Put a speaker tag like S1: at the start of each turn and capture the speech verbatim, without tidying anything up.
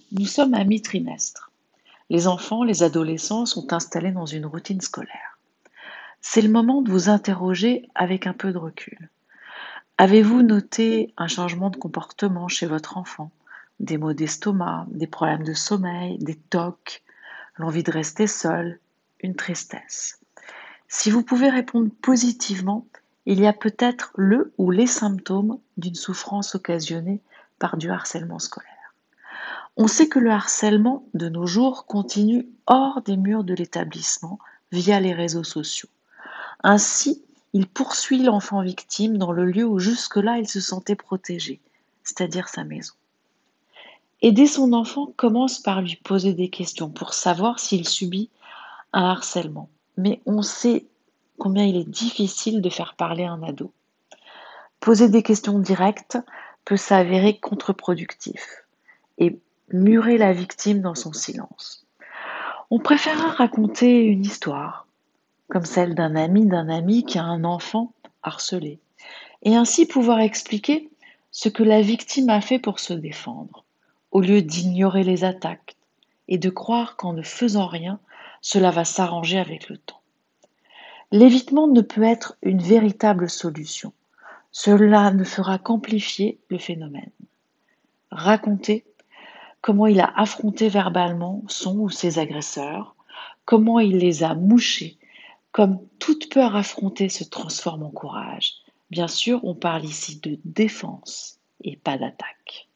S1: Nous sommes à mi-trimestre. Les enfants, les adolescents sont installés dans une routine scolaire. C'est le moment de vous interroger avec un peu de recul. Avez-vous noté un changement de comportement chez votre enfant? Des maux d'estomac, des problèmes de sommeil, des tocs, l'envie de rester seul, une tristesse. Si vous pouvez répondre positivement, il y a peut-être le ou les symptômes d'une souffrance occasionnée par du harcèlement scolaire. On sait que le harcèlement de nos jours continue hors des murs de l'établissement via les réseaux sociaux. Ainsi, il poursuit l'enfant victime dans le lieu où jusque-là il se sentait protégé, c'est-à-dire sa maison. Aider son enfant commence par lui poser des questions pour savoir s'il subit un harcèlement. Mais on sait combien il est difficile de faire parler un ado. Poser des questions directes peut s'avérer contre-productif et murer la victime dans son silence. On préférera raconter une histoire, comme celle d'un ami d'un ami qui a un enfant harcelé, et ainsi pouvoir expliquer ce que la victime a fait pour se défendre, au lieu d'ignorer les attaques et de croire qu'en ne faisant rien, cela va s'arranger avec le temps. L'évitement ne peut être une véritable solution. Cela ne fera qu'amplifier le phénomène. Raconter comment il a affronté verbalement son ou ses agresseurs, comment il les a mouchés, comme toute peur affrontée se transforme en courage. Bien sûr, on parle ici de défense et pas d'attaque.